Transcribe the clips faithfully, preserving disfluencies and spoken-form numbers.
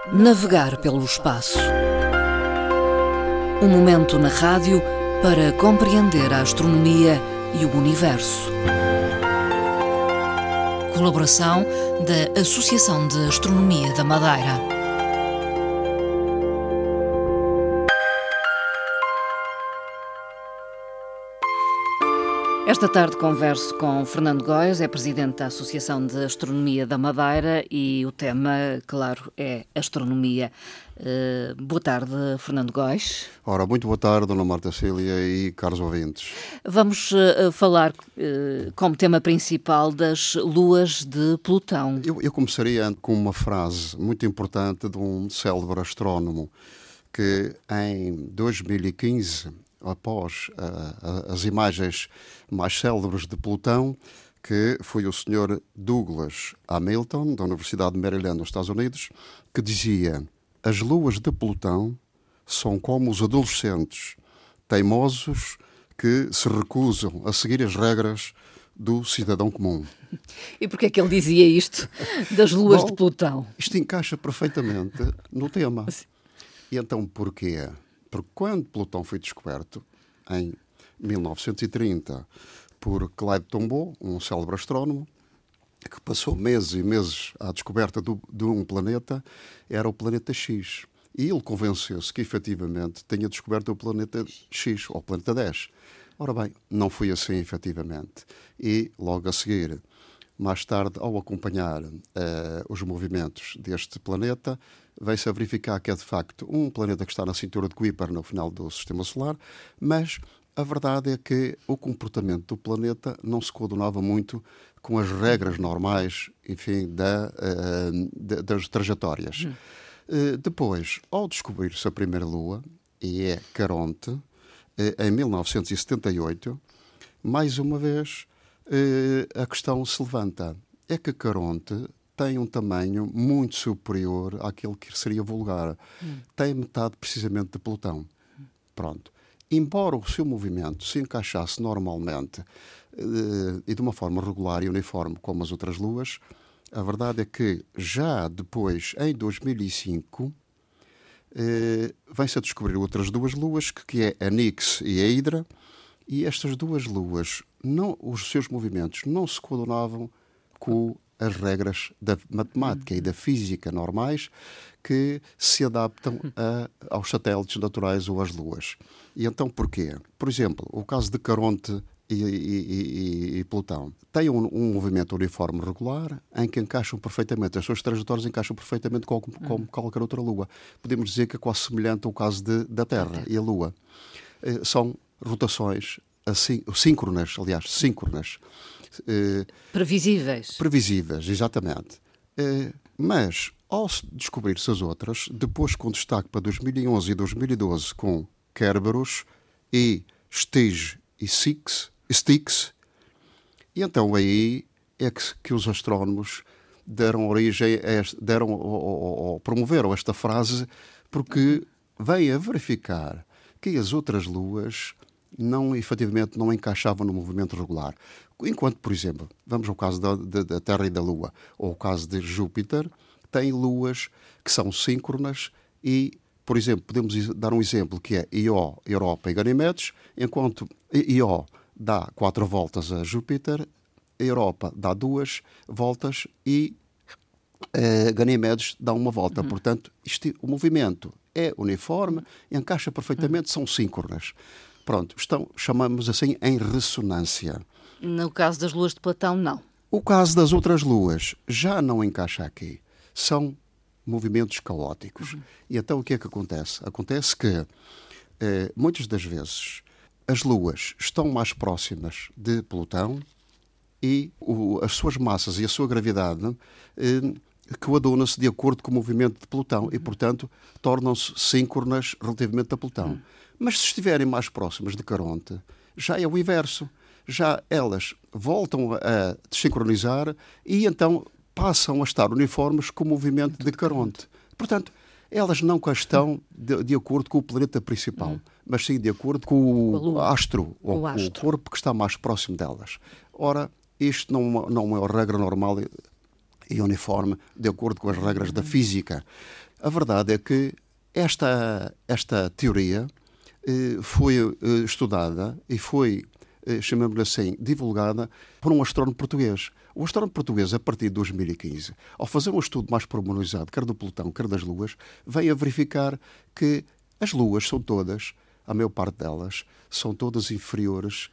Navegar pelo espaço. Um momento na rádio para compreender a astronomia e o universo. Colaboração da Associação de Astronomia da Madeira. Esta tarde converso com Fernando Góes, é presidente da Associação de Astronomia da Madeira e o tema, claro, é astronomia. Uh, boa tarde, Fernando Góes. Ora, muito boa tarde, dona Marta Cília e caros ouvintes. Vamos uh, falar uh, como tema principal das luas de Plutão. Eu, eu começaria com uma frase muito importante de um célebre astrónomo que em dois mil e quinze, após uh, uh, as imagens mais célebres de Plutão, que foi o senhor Douglas Hamilton, da Universidade de Maryland, nos Estados Unidos, que dizia: as luas de Plutão são como os adolescentes teimosos que se recusam a seguir as regras do cidadão comum. E porquê é que ele dizia isto das luas Bom, de Plutão? Isto encaixa perfeitamente no tema. E então porquê? Porque quando Plutão foi descoberto, em mil novecentos e trinta, por Clyde Tombaugh, um célebre astrónomo, que passou meses e meses à descoberta do, de um planeta, era o planeta X. E ele convenceu-se que, efetivamente, tinha descoberto o planeta X, ou o planeta dez. Ora bem, não foi assim, efetivamente. E, logo a seguir, mais tarde, ao acompanhar uh, os movimentos deste planeta, veio-se a verificar que é, de facto, um planeta que está na cintura de Kuiper, no final do Sistema Solar, mas a verdade é que o comportamento do planeta não se coadunava muito com as regras normais, enfim, da, uh, da, das trajetórias. Hum. Uh, depois, ao descobrir-se a primeira Lua, e é Caronte, uh, em mil novecentos e setenta e oito, mais uma vez, uh, a questão se levanta. É que Caronte tem um tamanho muito superior àquele que seria vulgar. Hum. Tem metade, precisamente, de Plutão. Hum. Pronto. Embora o seu movimento se encaixasse normalmente uh, e de uma forma regular e uniforme como as outras luas, a verdade é que já depois, em dois mil e cinco, uh, vem-se a descobrir outras duas luas, que, que é a Nix e a Hydra, e estas duas luas, não, os seus movimentos não se coadunavam com as regras da matemática e da física normais que se adaptam a, aos satélites naturais ou às luas. E então porquê? Por exemplo, o caso de Caronte e, e, e, e Plutão tem um, um movimento uniforme regular em que encaixam perfeitamente, as suas trajetórias encaixam perfeitamente com, com uhum. qualquer outra lua. Podemos dizer que é quase semelhante ao caso de, da Terra okay. e a Lua. Eh, são rotações assim, síncronas, aliás, síncronas. Uh, previsíveis. Previsíveis, exatamente. Uh, mas, ao descobrir-se as outras, depois com destaque para dois mil e onze e dois mil e doze com Kerberos e Stige e Styx, Styx, e então aí é que, que os astrónomos deram origem, a este, deram, ou, ou, ou promoveram esta frase, porque vem a verificar que as outras luas não, efetivamente, não encaixavam no movimento regular. Enquanto, por exemplo, vamos ao caso da, da, da Terra e da Lua, ou o caso de Júpiter, tem luas que são síncronas e, por exemplo, podemos dar um exemplo que é Io, Europa e Ganimedes, enquanto Io dá quatro voltas a Júpiter, a Europa dá duas voltas e uh, Ganimedes dá uma volta. Uhum. Portanto, isto, o movimento é uniforme, encaixa perfeitamente, uhum. são síncronas. Pronto, estão, chamamos assim, em ressonância. No caso das luas de Plutão, não. O caso das outras luas já não encaixa aqui. São movimentos caóticos. Uhum. E então o que é que acontece? Acontece que, eh, muitas das vezes, as luas estão mais próximas de Plutão e o, as suas massas e a sua gravidade eh, coadunam-se de acordo com o movimento de Plutão. Uhum. E, portanto, tornam-se síncronas relativamente a Plutão. Uhum. Mas se estiverem mais próximas de Caronte, já é o inverso. Já elas voltam a desincronizar e então passam a estar uniformes com o movimento de Caronte. Portanto, elas não cá estão de, de acordo com o planeta principal, hum. mas sim de acordo com o astro, ou o, astro. o corpo que está mais próximo delas. Ora, isto não, não é uma regra normal e uniforme de acordo com as regras hum. da física. A verdade é que esta, esta teoria eh, foi eh, estudada e foi, eh, chamamos-lhe assim, divulgada por um astrónomo português. O astrónomo português, a partir de dois mil e quinze, ao fazer um estudo mais pormenorizado, quer do Plutão, quer das luas, veio a verificar que as luas são todas, a maior parte delas, são todas inferiores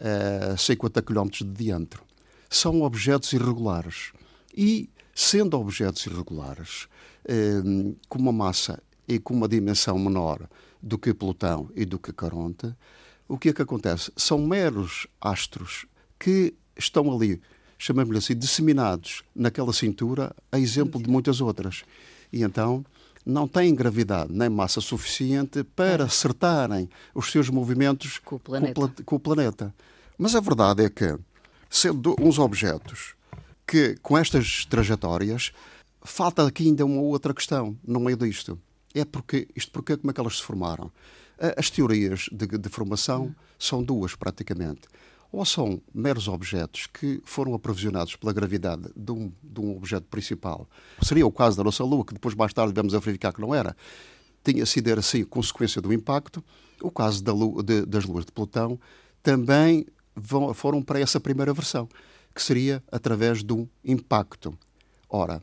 a cinquenta quilómetros de diâmetro. São objetos irregulares. E, sendo objetos irregulares, eh, com uma massa e com uma dimensão menor do que Plutão e do que Caronte, o que é que acontece? São meros astros que estão ali, chamamos-lhe assim, disseminados naquela cintura, a exemplo de muitas outras. E então não têm gravidade nem massa suficiente para é. acertarem os seus movimentos com o planeta. Com, com o planeta. Mas a verdade é que, sendo uns objetos que, com estas trajetórias, falta aqui ainda uma outra questão no meio disto. É porque, isto porque, como é que elas se formaram? As teorias de, de formação hum. são duas, praticamente. Ou são meros objetos que foram aprovisionados pela gravidade de um, de um objeto principal. Seria o caso da nossa Lua, que depois mais tarde vamos a verificar que não era. Tinha sido assim, consequência do impacto. O caso da Lua, de, das luas de Plutão também vão, foram para essa primeira versão, que seria através de um impacto. Ora,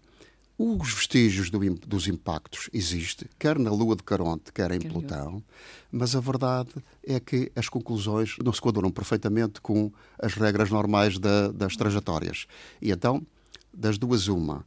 os vestígios do, dos impactos existem, quer na Lua de Caronte, quer em que Plutão, eu. mas a verdade é que as conclusões não se coadunam perfeitamente com as regras normais da, das trajetórias. E então, das duas uma,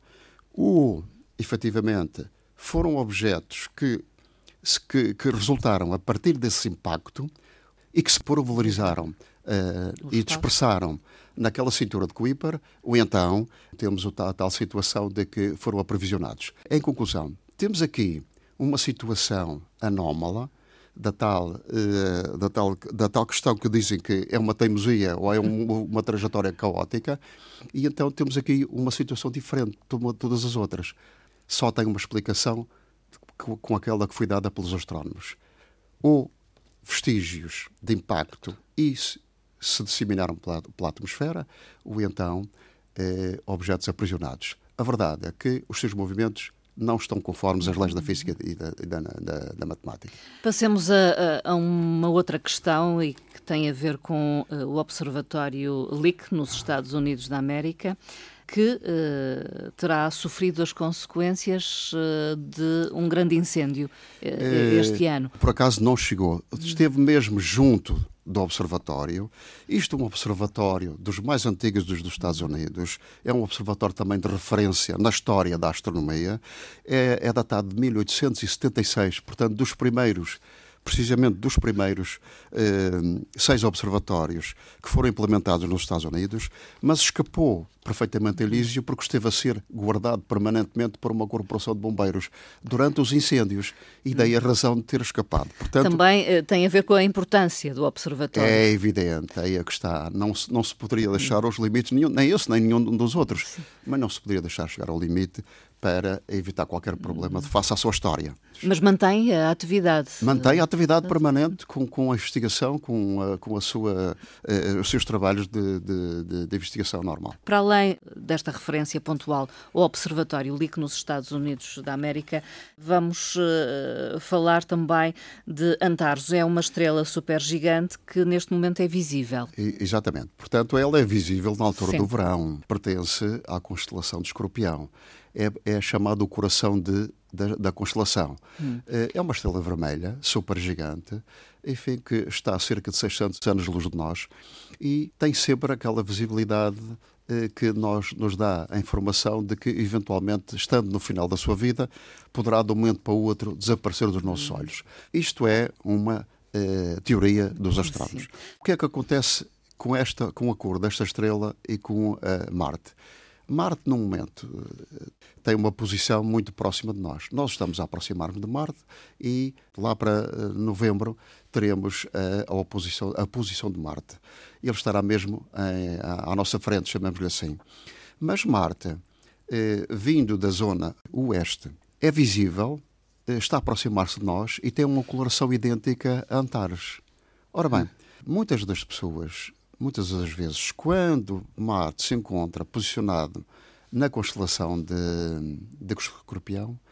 ou, efetivamente, foram objetos que, que, que resultaram a partir desse impacto e que se pulverizaram uh, e dispersaram naquela cintura de Kuiper, ou então temos a tal situação de que foram aprovisionados. Em conclusão, temos aqui uma situação anómala da tal, uh, da tal, da tal questão que dizem que é uma teimosia ou é um, uma trajetória caótica, e então temos aqui uma situação diferente de todas as outras. Só tem uma explicação com, com aquela que foi dada pelos astrónomos. Ou vestígios de impacto e se disseminaram pela, pela atmosfera, ou então eh, objetos aprisionados. A verdade é que os seus movimentos não estão conformes às leis da física e da, da, da, da matemática. Passemos a, a uma outra questão e que tem a ver com uh, o Observatório Lick nos Estados Unidos da América, que uh, terá sofrido as consequências uh, de um grande incêndio uh, é, este ano. Por acaso não chegou. Esteve mesmo junto do observatório. Isto é um observatório dos mais antigos dos, dos Estados Unidos. É um observatório também de referência na história da astronomia. É, é datado de mil oitocentos e setenta e seis, portanto, dos primeiros, precisamente dos primeiros eh, seis observatórios que foram implementados nos Estados Unidos, mas escapou perfeitamente a Elísio porque esteve a ser guardado permanentemente por uma corporação de bombeiros durante os incêndios, e daí a razão de ter escapado. Portanto, também eh, tem a ver com a importância do observatório. É evidente, aí é que está. Não se, não se poderia deixar aos limites, nenhum, nem esse nem nenhum dos outros, sim, mas não se poderia deixar chegar ao limite para evitar qualquer problema de face à sua história. Mas mantém a atividade. Mantém a atividade permanente com, com a investigação, com, a, com a sua, uh, os seus trabalhos de, de, de, de investigação normal. Para além desta referência pontual ao Observatório Lick nos Estados Unidos da América, vamos uh, falar também de Antares. É uma estrela supergigante que neste momento é visível. E, exatamente. Portanto, ela é visível na altura, sim, do verão. Pertence à constelação de Escorpião. É, é chamado o coração de, da, da constelação. Hum. É uma estrela vermelha, supergigante, enfim, que está a cerca de seiscentos anos-luz de nós e tem sempre aquela visibilidade eh, que nós, nos dá a informação de que, eventualmente, estando no final da sua vida, poderá, de um momento para o outro, desaparecer dos nossos hum. olhos. Isto é uma eh, teoria dos astrónomos. Sim. O que é que acontece com, esta, com a cor desta estrela e com uh, Marte? Marte, num momento, tem uma posição muito próxima de nós. Nós estamos a aproximar-nos de Marte e lá para novembro teremos a, a, oposição, a posição de Marte. Ele estará mesmo em, à, à nossa frente, chamamos-lhe assim. Mas Marte, eh, vindo da zona oeste, é visível, eh, está a aproximar-se de nós e tem uma coloração idêntica a Antares. Ora bem, muitas das pessoas... Muitas das vezes, quando Marte se encontra posicionado na constelação de, de Escorpião,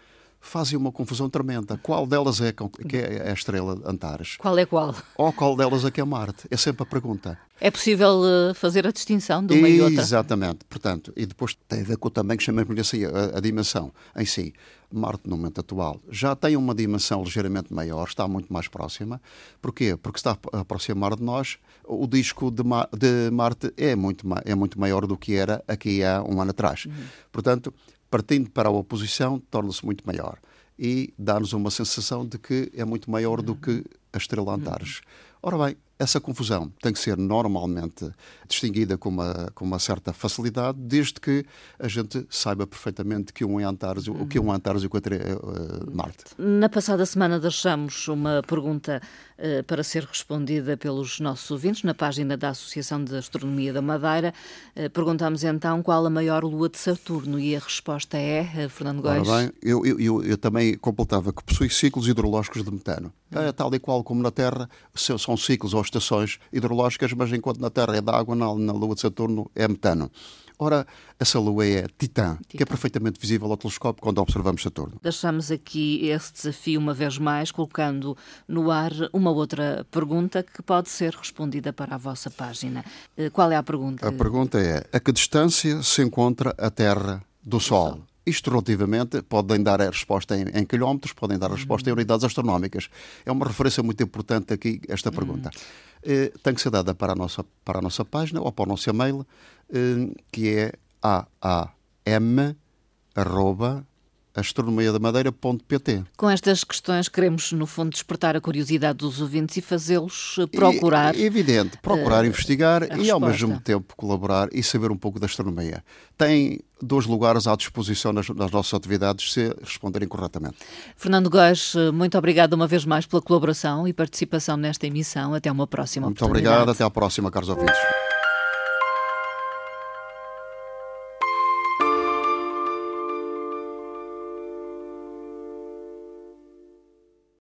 fazem uma confusão tremenda. Qual delas é que é a estrela Antares? Qual é qual? Ou qual delas é que é Marte? É sempre a pergunta. É possível uh, fazer a distinção de uma e outra? Exatamente. Portanto, e depois tem a ver com também que chamamos assim, a, a dimensão em si. Marte, no momento atual, já tem uma dimensão ligeiramente maior, está muito mais próxima. Porquê? Porque está a aproximar de nós. O disco de, Ma de Marte é muito, é muito maior do que era aqui há um ano atrás. Uhum. Portanto, partindo para a oposição, torna-se muito maior. E dá-nos uma sensação de que é muito maior do que a estrela Antares. Ora bem, essa confusão tem que ser normalmente distinguida com uma, com uma certa facilidade, desde que a gente saiba perfeitamente que um é Antares, o que é um Antares e o que outro é uh, Marte. Na passada semana deixamos uma pergunta uh, para ser respondida pelos nossos ouvintes na página da Associação de Astronomia da Madeira. Uh, perguntámos então qual a maior lua de Saturno e a resposta é, uh, Fernando Góis. Ora bem, eu, eu, eu, eu também completava que possui ciclos hidrológicos de metano. Hum. É, tal e qual como na Terra, são ciclos ou estações hidrológicas, mas enquanto na Terra é de água, na, na Lua de Saturno é metano. Ora, essa Lua é Titã, Titã, que é perfeitamente visível ao telescópio quando observamos Saturno. Deixamos aqui esse desafio uma vez mais, colocando no ar uma outra pergunta que pode ser respondida para a vossa página. Qual é a pergunta? A pergunta é: a que distância se encontra a Terra do Sol? Sol. Isto, relativamente, podem dar a resposta em, em quilómetros, podem dar a resposta em unidades astronómicas. É uma referência muito importante aqui, esta pergunta. Hum. Eh, tem que ser dada para a nossa, para a nossa página ou para o nosso e-mail, eh, que é a a m arroba astronomia da madeira ponto p t. Com estas questões queremos, no fundo, despertar a curiosidade dos ouvintes e fazê-los procurar... É evidente, procurar uh, investigar e, ao mesmo tempo, colaborar e saber um pouco da astronomia. Tem dois lugares à disposição nas, nas nossas atividades se responderem corretamente. Fernando Góis, muito obrigado uma vez mais pela colaboração e participação nesta emissão. Até uma próxima Muito oportunidade. Muito obrigado. Até à próxima, caros ouvintes.